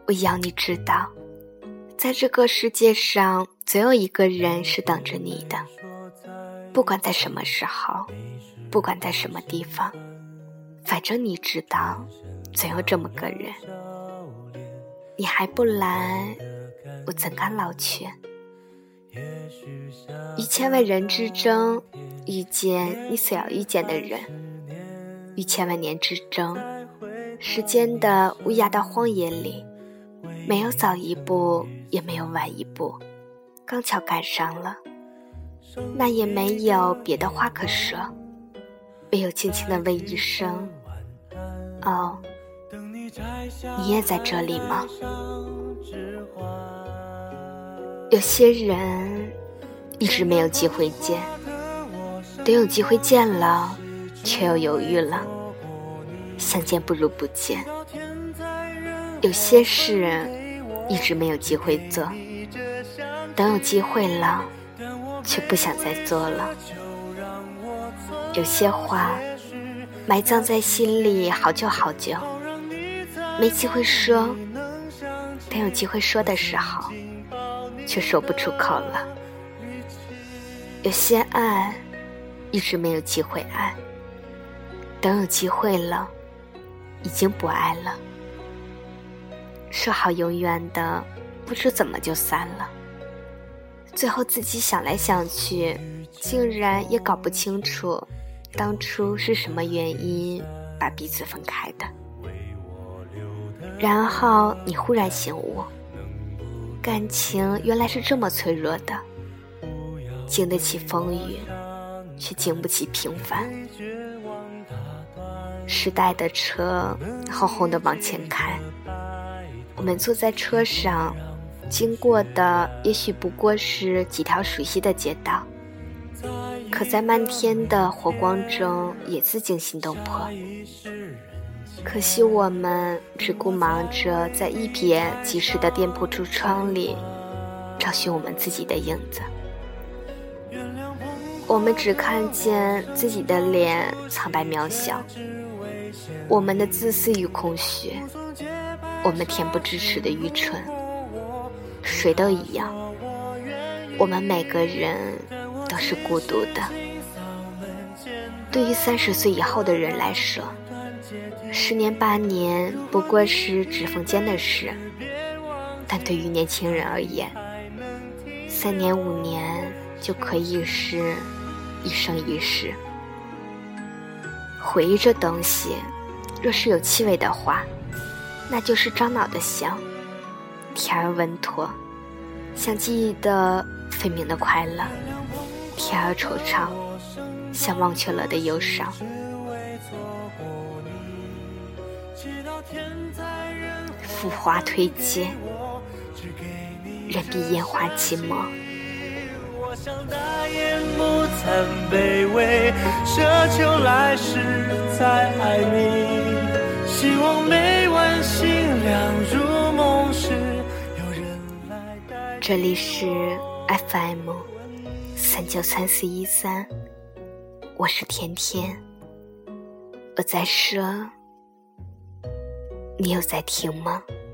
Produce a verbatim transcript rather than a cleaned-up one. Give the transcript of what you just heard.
我要你知道，在这个世界上总有一个人是等着你的，不管在什么时候，不管在什么地方，反正你知道总有这么个人。你还不来，我怎敢老去？于千万人之中遇见你所要遇见的人，于千万年之中，时间的无涯的荒野里，没有早一步，也没有晚一步，刚巧赶上了，那也没有别的话可说，唯有轻轻地问一声：哦，你也在这里吗？有些人一直没有机会见，等有机会见了，却又犹豫了，相见不如不见。有些事一直没有机会做，等有机会了，却不想再做了。有些话埋葬在心里好久好久，没机会说，等有机会说的时候，却说不出口了。有些爱一直没有机会爱，等有机会了，已经不爱了。说好永远的，不知怎么就散了，最后自己想来想去，竟然也搞不清楚当初是什么原因把彼此分开的。然后你忽然醒悟，感情原来是这么脆弱的，经得起风雨，却经不起平凡。时代的车轰轰地往前开，我们坐在车上，经过的也许不过是几条熟悉的街道，可在漫天的火光中也自惊心动魄。可惜我们只顾忙着在一瞥即逝的店铺橱窗里找寻我们自己的影子，我们只看见自己的脸苍白渺小，我们的自私与空虚，我们恬不知耻的愚蠢，谁都一样，我们每个人都是孤独的。对于三十岁以后的人来说，十年八年不过是指缝间的事，但对于年轻人而言，三年五年就可以是一生一世。回忆这东西，若是有气味的话，那就是樟脑的香，甜而稳妥，像记忆的分明的快乐，甜而惆怅，像忘却了的忧伤。浮华推接，人比烟花寂寞。 我想大言不惭卑微，奢求来世再爱你，希望每晚星亮入梦时有人来带。 这里是 F M 三九三四一三，我是甜甜，我在说，你有在听吗？